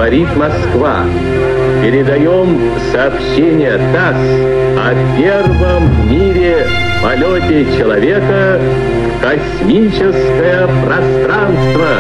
говорит Москва. Передаем сообщение ТАСС о первом в мире полете человека в космическое пространство.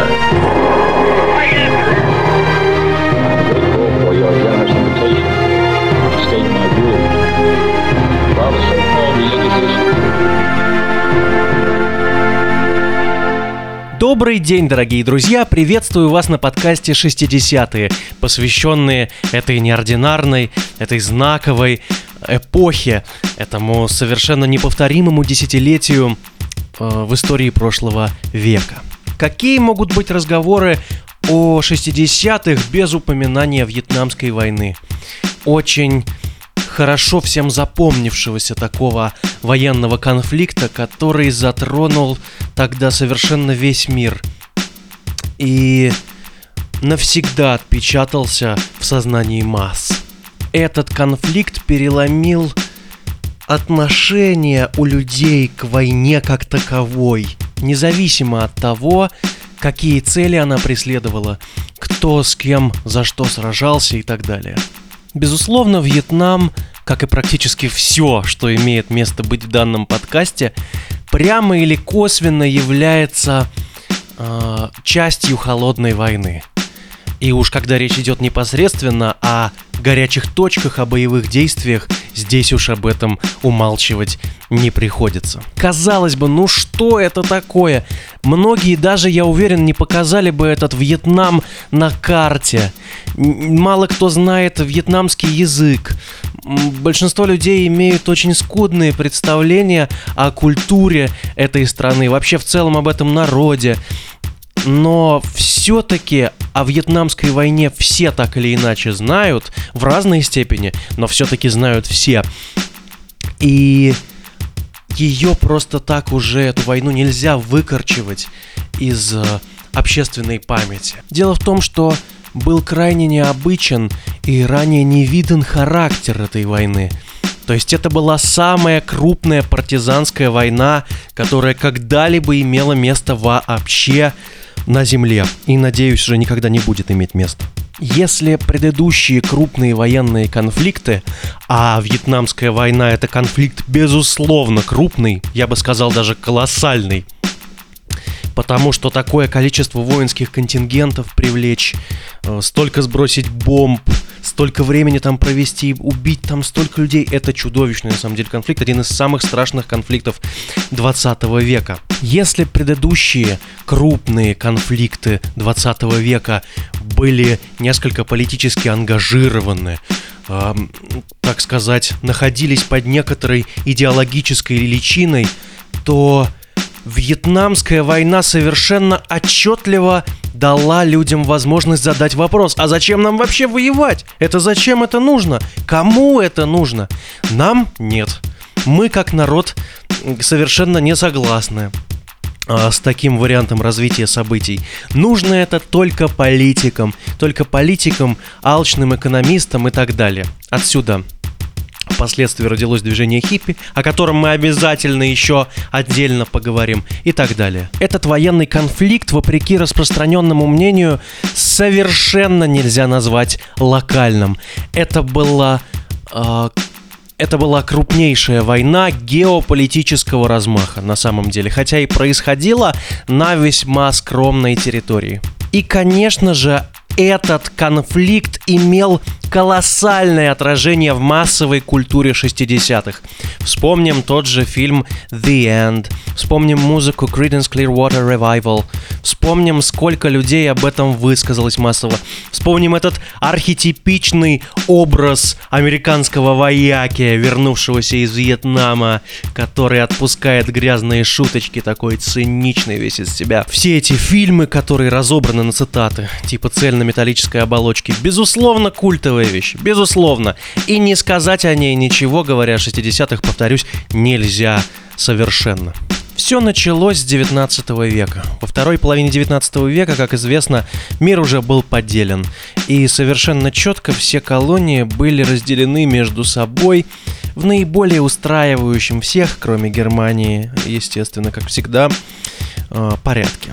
Добрый день, дорогие друзья! Приветствую вас на подкасте «60-е», посвященные этой неординарной, этой знаковой эпохе, этому совершенно неповторимому десятилетию в истории прошлого века. Какие могут быть разговоры о 60-х без упоминания Вьетнамской войны? Очень хорошо всем запомнившегося такого военного конфликта, который затронул тогда совершенно весь мир и навсегда отпечатался в сознании масс. Этот конфликт переломил отношение у людей к войне как таковой, независимо от того, какие цели она преследовала, кто с кем за что сражался и так далее. Безусловно, Вьетнам, как и практически все, что имеет место быть в данном подкасте, прямо или косвенно является частью холодной войны. И уж когда речь идет непосредственно о горячих точках, о боевых действиях, здесь уж об этом умалчивать не приходится. Казалось бы, ну что это такое? Многие даже, я уверен, не показали бы этот Вьетнам на карте. Мало кто знает вьетнамский язык. Большинство людей имеют очень скудные представления о культуре этой страны, вообще в целом об этом народе. Но все-таки о Вьетнамской войне все так или иначе знают, в разной степени, но все-таки знают все. И ее просто так уже, эту войну, нельзя выкорчевать из общественной памяти. Дело в том, что был крайне необычен и ранее невидан характер этой войны. То есть это была самая крупная партизанская война, которая когда-либо имела место вообще на Земле. И, надеюсь, уже никогда не будет иметь места. Если предыдущие крупные военные конфликты, а Вьетнамская война — это конфликт безусловно крупный, я бы сказал даже колоссальный, потому что такое количество воинских контингентов привлечь, столько сбросить бомб, столько времени там провести, убить там столько людей — это чудовищный на самом деле конфликт, один из самых страшных конфликтов 20 века. Если предыдущие крупные конфликты 20 века были несколько политически ангажированы, так сказать, находились под некоторой идеологической личиной, то Вьетнамская война совершенно отчетливо дала людям возможность задать вопрос: а зачем нам вообще воевать? Это зачем это нужно? Кому это нужно? Нам нет. Мы как народ совершенно не согласны с таким вариантом развития событий. Нужно это только политикам, алчным экономистам и так далее. Отсюда впоследствии родилось движение хиппи, о котором мы обязательно еще отдельно поговорим, и так далее. Этот военный конфликт, вопреки распространенному мнению, совершенно нельзя назвать локальным. Это была крупнейшая война геополитического размаха на самом деле, хотя и происходила на весьма скромной территории. И, конечно же, этот конфликт имел колоссальное отражение в массовой культуре 60-х. Вспомним тот же фильм The End, вспомним музыку Creedence Clearwater Revival, вспомним, сколько людей об этом высказалось массово, вспомним этот архетипичный образ американского вояки, вернувшегося из Вьетнама, который отпускает грязные шуточки, такой циничный весь из себя. Все эти фильмы, которые разобраны на цитаты, типа цельнометаллической оболочки, безусловно, культовая вещь, безусловно. И не сказать о ней ничего, говоря о 60-х, повторюсь, нельзя совершенно. Все началось с 19 века. Во второй половине 19 века, как известно, мир уже был поделен. И совершенно четко все колонии были разделены между собой в наиболее устраивающем всех, кроме Германии, естественно, как всегда, порядке.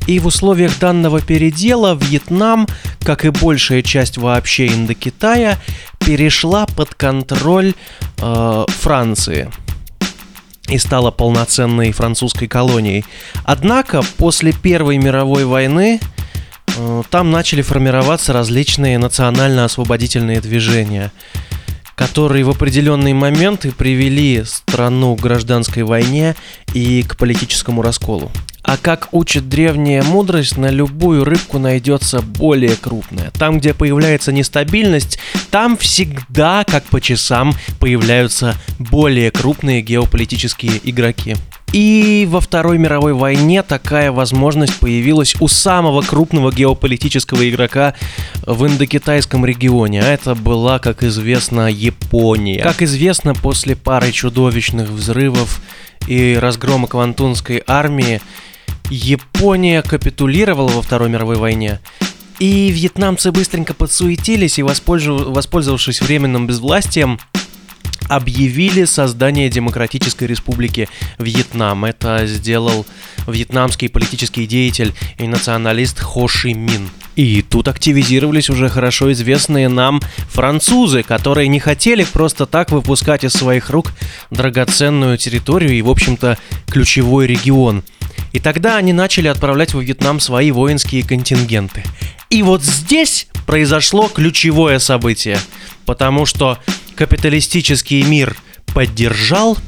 И в условиях данного передела Вьетнам, как и большая часть вообще Индокитая, перешла под контроль Франции и стала полноценной французской колонией. Однако после Первой мировой войны там начали формироваться различные национально-освободительные движения, которые в определенные моменты привели страну к гражданской войне и к политическому расколу. А как учит древняя мудрость, на любую рыбку найдется более крупная. Там, где появляется нестабильность, там всегда, как по часам, появляются более крупные геополитические игроки. И во Второй мировой войне такая возможность появилась у самого крупного геополитического игрока в индокитайском регионе. А это была, как известно, Япония. Как известно, после пары чудовищных взрывов и разгрома Квантунской армии Япония капитулировала во Второй мировой войне. И вьетнамцы быстренько подсуетились и, воспользовавшись временным безвластием, объявили создание Демократической Республики Вьетнам. Это сделал вьетнамский политический деятель и националист Хо Ши Мин. И тут активизировались уже хорошо известные нам французы, которые не хотели просто так выпускать из своих рук драгоценную территорию и, в общем-то, ключевой регион. И тогда они начали отправлять во Вьетнам свои воинские контингенты. И вот здесь произошло ключевое событие, потому что капиталистический мир поддержал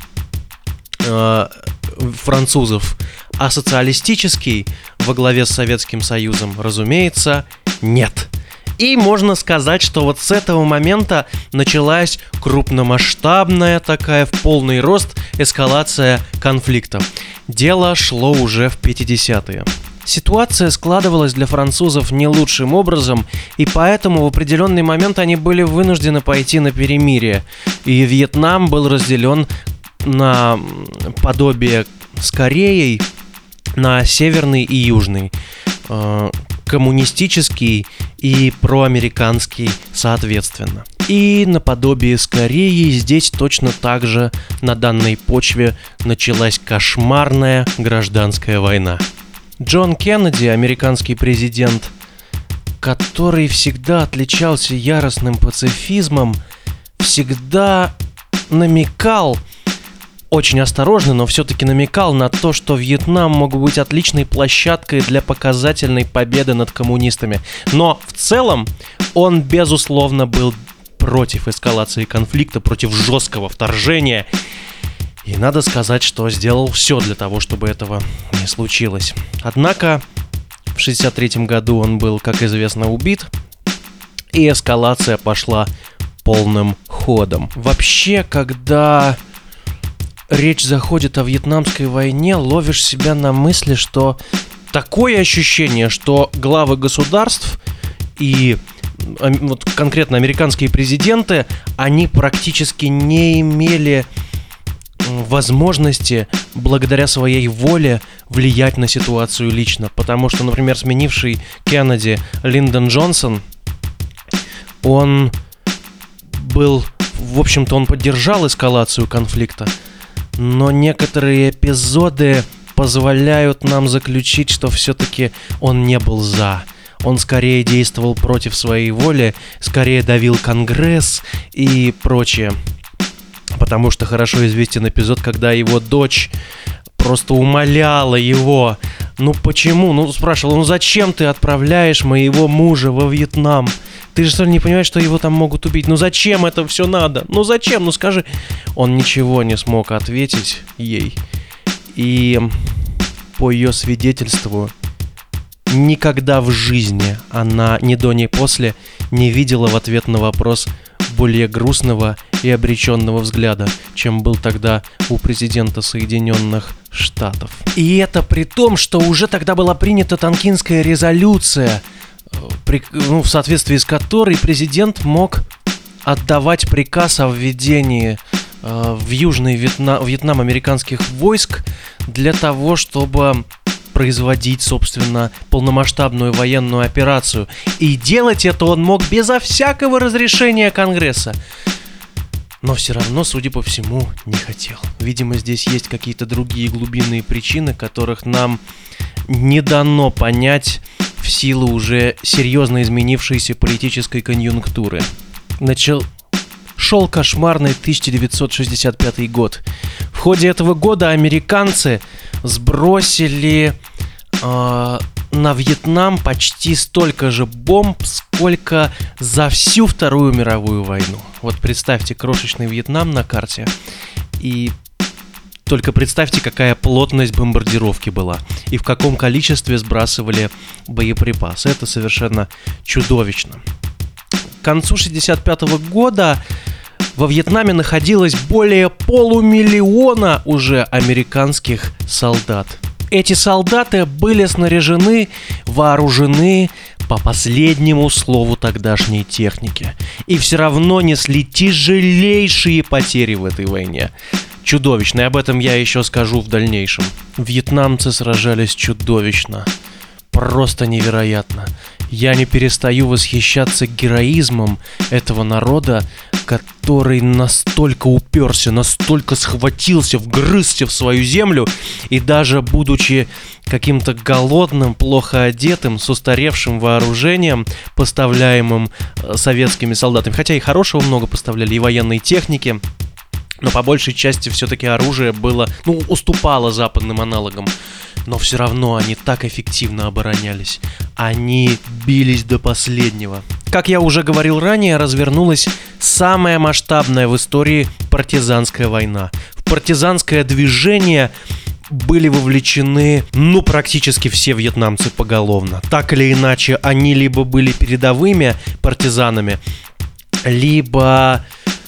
французов, а социалистический во главе с Советским Союзом, разумеется, нет. И можно сказать, что вот с этого момента началась крупномасштабная такая в полный рост эскалация конфликта. Дело шло уже в 50-е. Ситуация складывалась для французов не лучшим образом, и поэтому в определенный момент они были вынуждены пойти на перемирие. И Вьетнам был разделен на подобие с Кореей, на северный и южный, коммунистический и проамериканский соответственно. И наподобие с Кореей здесь точно так же на данной почве началась кошмарная гражданская война. Джон Кеннеди, американский президент, который всегда отличался яростным пацифизмом, всегда намекал, очень осторожно, но все-таки намекал на то, что Вьетнам мог быть отличной площадкой для показательной победы над коммунистами. Но в целом он, безусловно, был против эскалации конфликта, против жесткого вторжения. И надо сказать, что сделал все для того, чтобы этого не случилось. Однако в 1963 году он был, как известно, убит, и эскалация пошла полным ходом. Вообще, когда речь заходит о Вьетнамской войне, ловишь себя на мысли, что такое ощущение, что главы государств и вот конкретно американские президенты, они практически не имели возможности благодаря своей воле влиять на ситуацию лично. Потому что, например, сменивший Кеннеди Линдон Джонсон, он был, в общем-то, он поддержал эскалацию конфликта, но некоторые эпизоды позволяют нам заключить, что все-таки он не был за. Он скорее действовал против своей воли, скорее давил Конгресс и прочее. Потому что хорошо известен эпизод, когда его дочь просто умоляла его. Ну почему? Ну спрашивала, ну зачем ты отправляешь моего мужа во Вьетнам? Ты же что ли не понимаешь, что его там могут убить? Ну зачем это все надо? Ну зачем? Ну скажи. Он ничего не смог ответить ей. И по ее свидетельству, никогда в жизни она ни до, ни после не видела в ответ на вопрос более грустного и обреченного взгляда, чем был тогда у президента Соединенных Штатов. И это при том, что уже тогда была принята Тонкинская резолюция, в соответствии с которой президент мог отдавать приказ о введении в Южный Вьетнам американских войск для того, чтобы производить, собственно, полномасштабную военную операцию. И делать это он мог безо всякого разрешения Конгресса. Но все равно, судя по всему, не хотел. Видимо, здесь есть какие-то другие глубинные причины, которых нам не дано понять в силу уже серьезно изменившейся политической конъюнктуры. Шел кошмарный 1965 год. В ходе этого года американцы сбросили на Вьетнам почти столько же бомб, сколько за всю Вторую мировую войну. Вот представьте крошечный Вьетнам на карте, и только представьте, какая плотность бомбардировки была, и в каком количестве сбрасывали боеприпасы. Это совершенно чудовищно. К концу 1965 года во Вьетнаме находилось более 500 000 уже американских солдат. Эти солдаты были снаряжены, вооружены по последнему слову тогдашней техники. И все равно несли тяжелейшие потери в этой войне. Чудовищно, и об этом я еще скажу в дальнейшем. Вьетнамцы сражались чудовищно. Просто невероятно. Я не перестаю восхищаться героизмом этого народа, который настолько уперся, настолько схватился, вгрызся в свою землю, и даже будучи каким-то голодным, плохо одетым, с устаревшим вооружением, поставляемым советскими солдатами, хотя и хорошего много поставляли, и военной техники, но по большей части все-таки оружие было, уступало западным аналогам. Но все равно они так эффективно оборонялись. Они бились до последнего. Как я уже говорил ранее, развернулась самая масштабная в истории партизанская война. В партизанское движение были вовлечены, практически все вьетнамцы поголовно. Так или иначе, они либо были передовыми партизанами, либо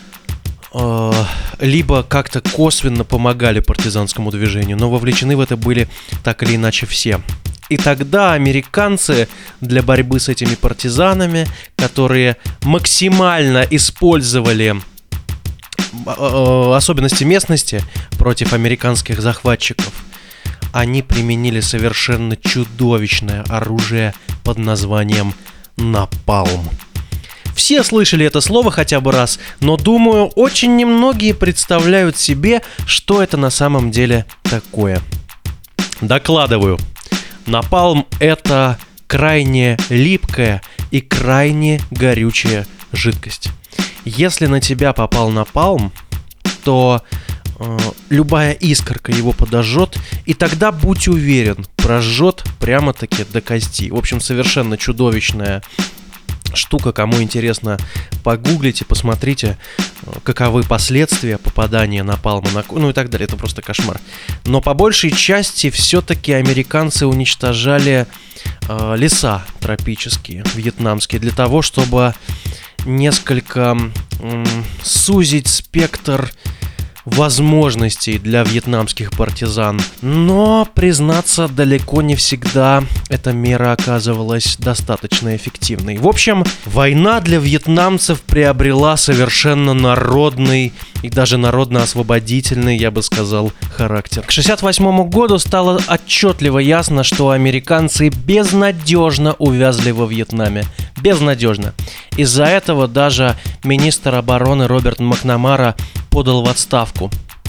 как-то косвенно помогали партизанскому движению, но вовлечены в это были так или иначе все. И тогда американцы для борьбы с этими партизанами, которые максимально использовали особенности местности против американских захватчиков, они применили совершенно чудовищное оружие под названием напалм. Все слышали это слово хотя бы раз, но, думаю, очень немногие представляют себе, что это на самом деле такое. Докладываю. Напалм – это крайне липкая и крайне горючая жидкость. Если на тебя попал напалм, то любая искорка его подожжет, и тогда, будь уверен, прожжет прямо-таки до кости. В общем, совершенно чудовищная штука. Кому интересно, погуглите, посмотрите, каковы последствия попадания напалма и так далее. Это просто кошмар. Но по большей части все-таки американцы уничтожали леса тропические, вьетнамские, для того, чтобы несколько сузить спектр возможностей для вьетнамских партизан. Но, признаться, далеко не всегда эта мера оказывалась достаточно эффективной. В общем, война для вьетнамцев приобрела совершенно народный и даже народно-освободительный, я бы сказал, характер. К 1968 году стало отчетливо ясно, что американцы безнадежно увязли во Вьетнаме. Безнадежно. Из-за этого даже министр обороны Роберт Макнамара подал в отставку.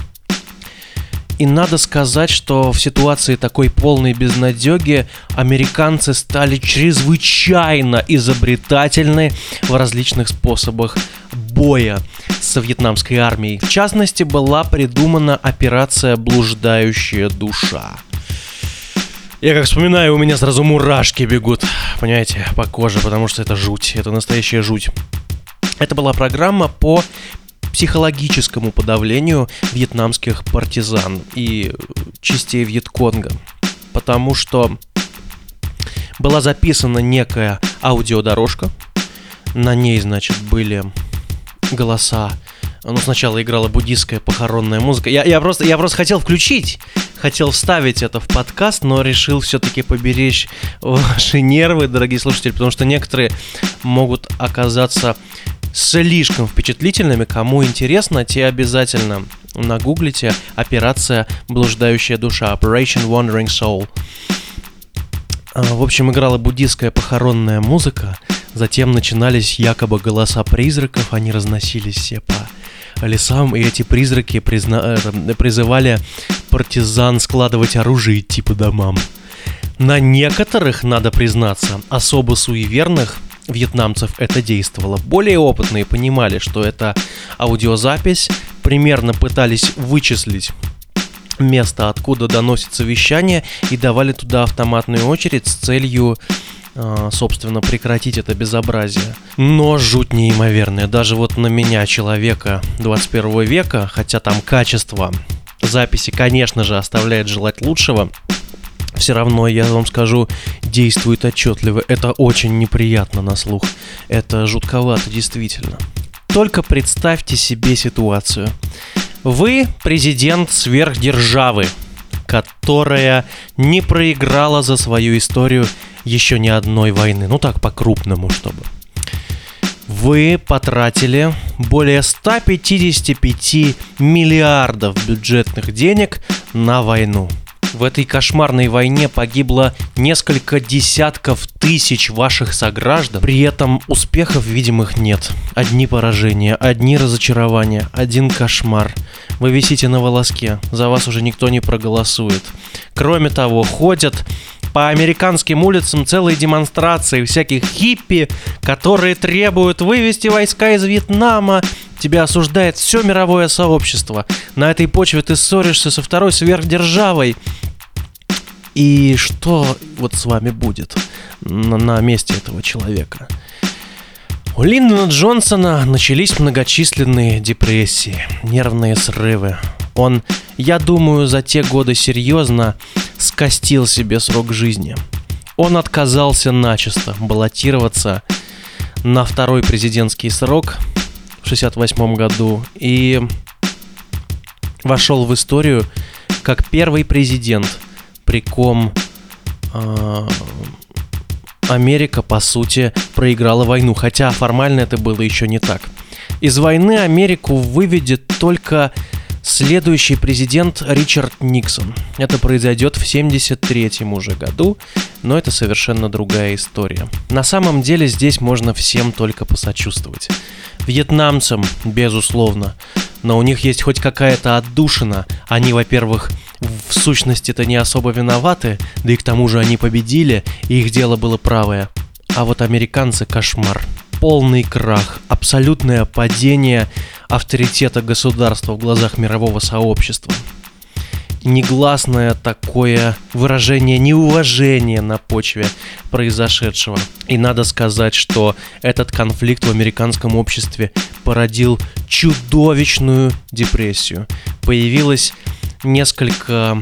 И надо сказать, что в ситуации такой полной безнадёги американцы стали чрезвычайно изобретательны в различных способах боя с вьетнамской армией. В частности, была придумана операция «Блуждающая душа». Я как вспоминаю, у меня сразу мурашки бегут, понимаете, по коже, потому что это жуть, это настоящая жуть. Это была программа по психологическому подавлению вьетнамских партизан и частей Вьетконга, потому что была записана некая аудиодорожка, на ней, значит, были голоса. Сначала играла буддийская похоронная музыка. Я просто хотел вставить это в подкаст, но решил все-таки поберечь ваши нервы, дорогие слушатели, потому что некоторые могут оказаться слишком впечатлительными. Кому интересно, те обязательно нагуглите «Операция Блуждающая душа», Operation Wandering Soul. В общем, играла буддийская похоронная музыка, затем начинались якобы голоса призраков, они разносились все по лесам, и эти призраки призывали партизан складывать оружие и идти по домам. На некоторых, надо признаться, особо суеверных вьетнамцев это действовало. Более опытные понимали, что это аудиозапись, примерно пытались вычислить место, откуда доносится вещание, и давали туда автоматную очередь с целью, собственно, прекратить это безобразие. Но жуть неимоверная. Даже вот на меня, человека 21 века, хотя там качество записи, конечно же, оставляет желать лучшего, все равно, я вам скажу, действует отчетливо. Это очень неприятно на слух. Это жутковато, действительно. Только представьте себе ситуацию. Вы президент сверхдержавы, которая не проиграла за свою историю еще ни одной войны. Ну так, по-крупному, чтобы. Вы потратили более 155 миллиардов бюджетных денег на войну. В этой кошмарной войне погибло несколько десятков тысяч ваших сограждан. При этом успехов видимых нет. Одни поражения, одни разочарования, один кошмар. Вы висите на волоске, за вас уже никто не проголосует. Кроме того, ходят по американским улицам целые демонстрации всяких хиппи, которые требуют вывести войска из Вьетнама. Тебя осуждает все мировое сообщество. На этой почве ты ссоришься со второй сверхдержавой. И что вот с вами будет на месте этого человека? У Линдона Джонсона начались многочисленные депрессии, нервные срывы. Он, я думаю, за те годы серьезно скостил себе срок жизни. Он отказался начисто баллотироваться на второй президентский срок в 1968 году и вошел в историю как первый президент, при ком Америка, по сути, проиграла войну, хотя формально это было еще не так. Из войны Америку выведет только следующий президент Ричард Никсон. Это произойдет в 1973 уже году, но это совершенно другая история. На самом деле здесь можно всем только посочувствовать. Вьетнамцам, безусловно, но у них есть хоть какая-то отдушина. Они, во-первых, в сущности-то не особо виноваты, да и к тому же они победили, и их дело было правое. А вот американцы — кошмар. Полный крах, абсолютное падение авторитета государства в глазах мирового сообщества. Негласное такое выражение неуважения на почве произошедшего. И надо сказать, что этот конфликт в американском обществе породил чудовищную депрессию. Появилось несколько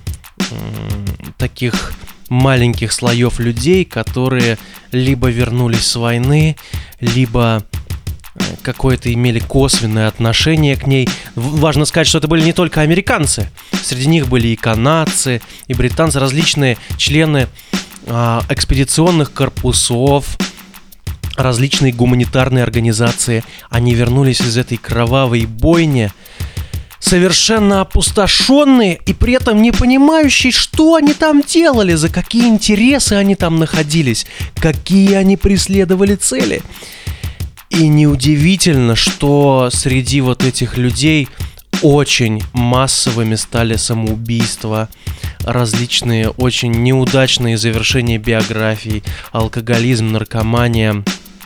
таких маленьких слоев людей, которые либо вернулись с войны, либо какое-то имели косвенное отношение к ней. Важно сказать, что это были не только американцы. Среди них были и канадцы, и британцы, различные члены экспедиционных корпусов, различные гуманитарные организации. Они вернулись из этой кровавой бойни совершенно опустошенные и при этом не понимающие, что они там делали, за какие интересы они там находились, какие они преследовали цели. И неудивительно, что среди вот этих людей очень массовыми стали самоубийства, различные очень неудачные завершения биографий, алкоголизм, наркомания,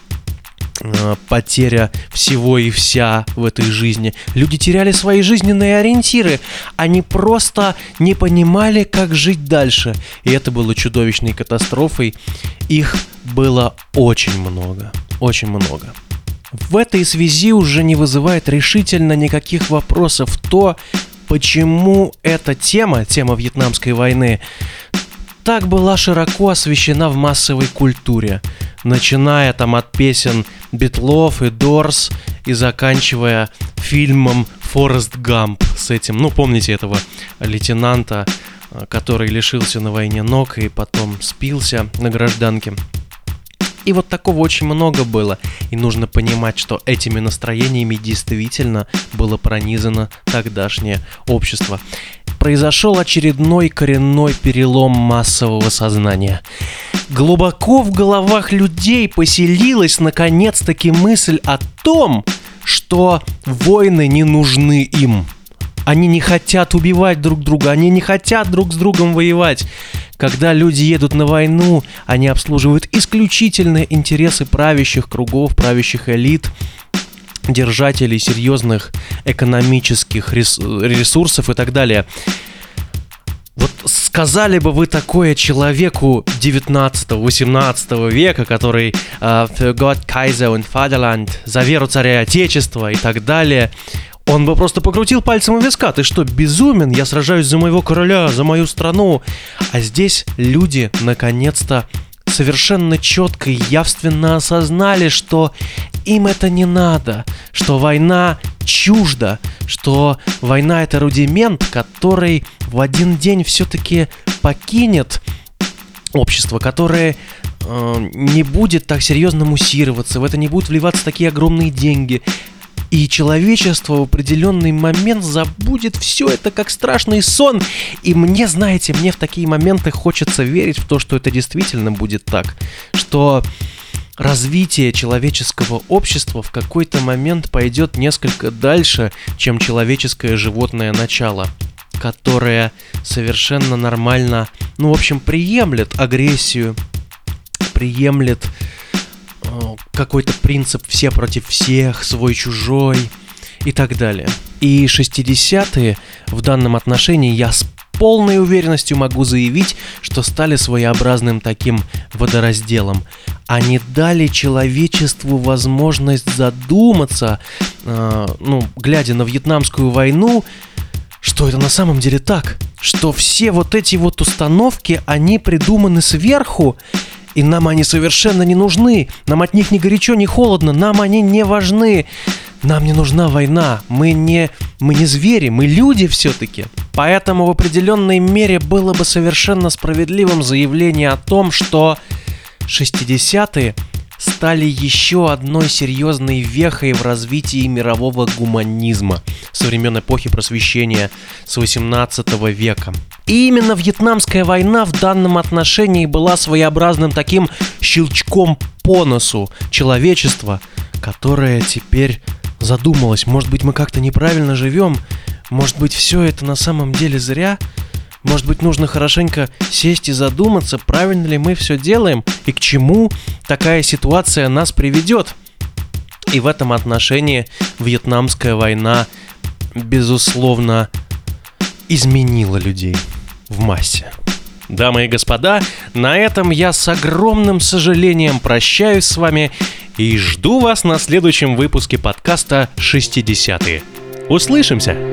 потеря всего и вся в этой жизни. Люди теряли свои жизненные ориентиры. Они просто не понимали, как жить дальше. И это было чудовищной катастрофой. Их было очень много. Очень много. В этой связи уже не вызывает решительно никаких вопросов то, почему эта тема Вьетнамской войны, так была широко освещена в массовой культуре, начиная там от песен Битлов и Дорс и заканчивая фильмом «Форест Гамп» с этим, помните этого лейтенанта, который лишился на войне ног и потом спился на гражданке. И вот такого очень много было, и нужно понимать, что этими настроениями действительно было пронизано тогдашнее общество. Произошел очередной коренной перелом массового сознания. Глубоко в головах людей поселилась наконец-таки мысль о том, что войны не нужны им. Они не хотят убивать друг друга, они не хотят друг с другом воевать. Когда люди едут на войну, они обслуживают исключительно интересы правящих кругов, правящих элит, держателей серьезных экономических ресурсов и так далее. Вот сказали бы вы такое человеку 19-18 века, который «Für Gott, Kaiser und Vaterland», «За веру царя и отечества» и так далее, он бы просто покрутил пальцем у виска. Ты что, безумен? Я сражаюсь за моего короля, за мою страну. А здесь люди, наконец-то, совершенно четко и явственно осознали, что им это не надо, что война чужда, что война — это рудимент, который в один день все-таки покинет общество, которое не будет так серьезно муссироваться, в это не будут вливаться такие огромные деньги. И человечество в определенный момент забудет все это как страшный сон. И мне, знаете, мне в такие моменты хочется верить в то, что это действительно будет так. Что развитие человеческого общества в какой-то момент пойдет несколько дальше, чем человеческое животное начало, которое совершенно нормально, в общем, приемлет агрессию, приемлет какой-то принцип «все против всех», «свой-чужой» и так далее. И 60-е в данном отношении, я с полной уверенностью могу заявить, что стали своеобразным таким водоразделом. Они дали человечеству возможность задуматься, глядя на Вьетнамскую войну, что это на самом деле так, что все вот эти вот установки, они придуманы сверху, и нам они совершенно не нужны. Нам от них ни горячо, ни холодно. Нам они не важны. Нам не нужна война. Мы не звери, мы люди все-таки. Поэтому в определенной мере было бы совершенно справедливым заявление о том, что 60-е стали еще одной серьезной вехой в развитии мирового гуманизма со времен эпохи Просвещения, с 18 века. И именно Вьетнамская война в данном отношении была своеобразным таким щелчком по носу человечества, которое теперь задумалось: может быть, мы как-то неправильно живем, может быть, все это на самом деле зря, может быть, нужно хорошенько сесть и задуматься, правильно ли мы все делаем и к чему такая ситуация нас приведет. И в этом отношении Вьетнамская война, безусловно, изменила людей в массе. Дамы и господа, на этом я с огромным сожалением прощаюсь с вами и жду вас на следующем выпуске подкаста «60-е». Услышимся!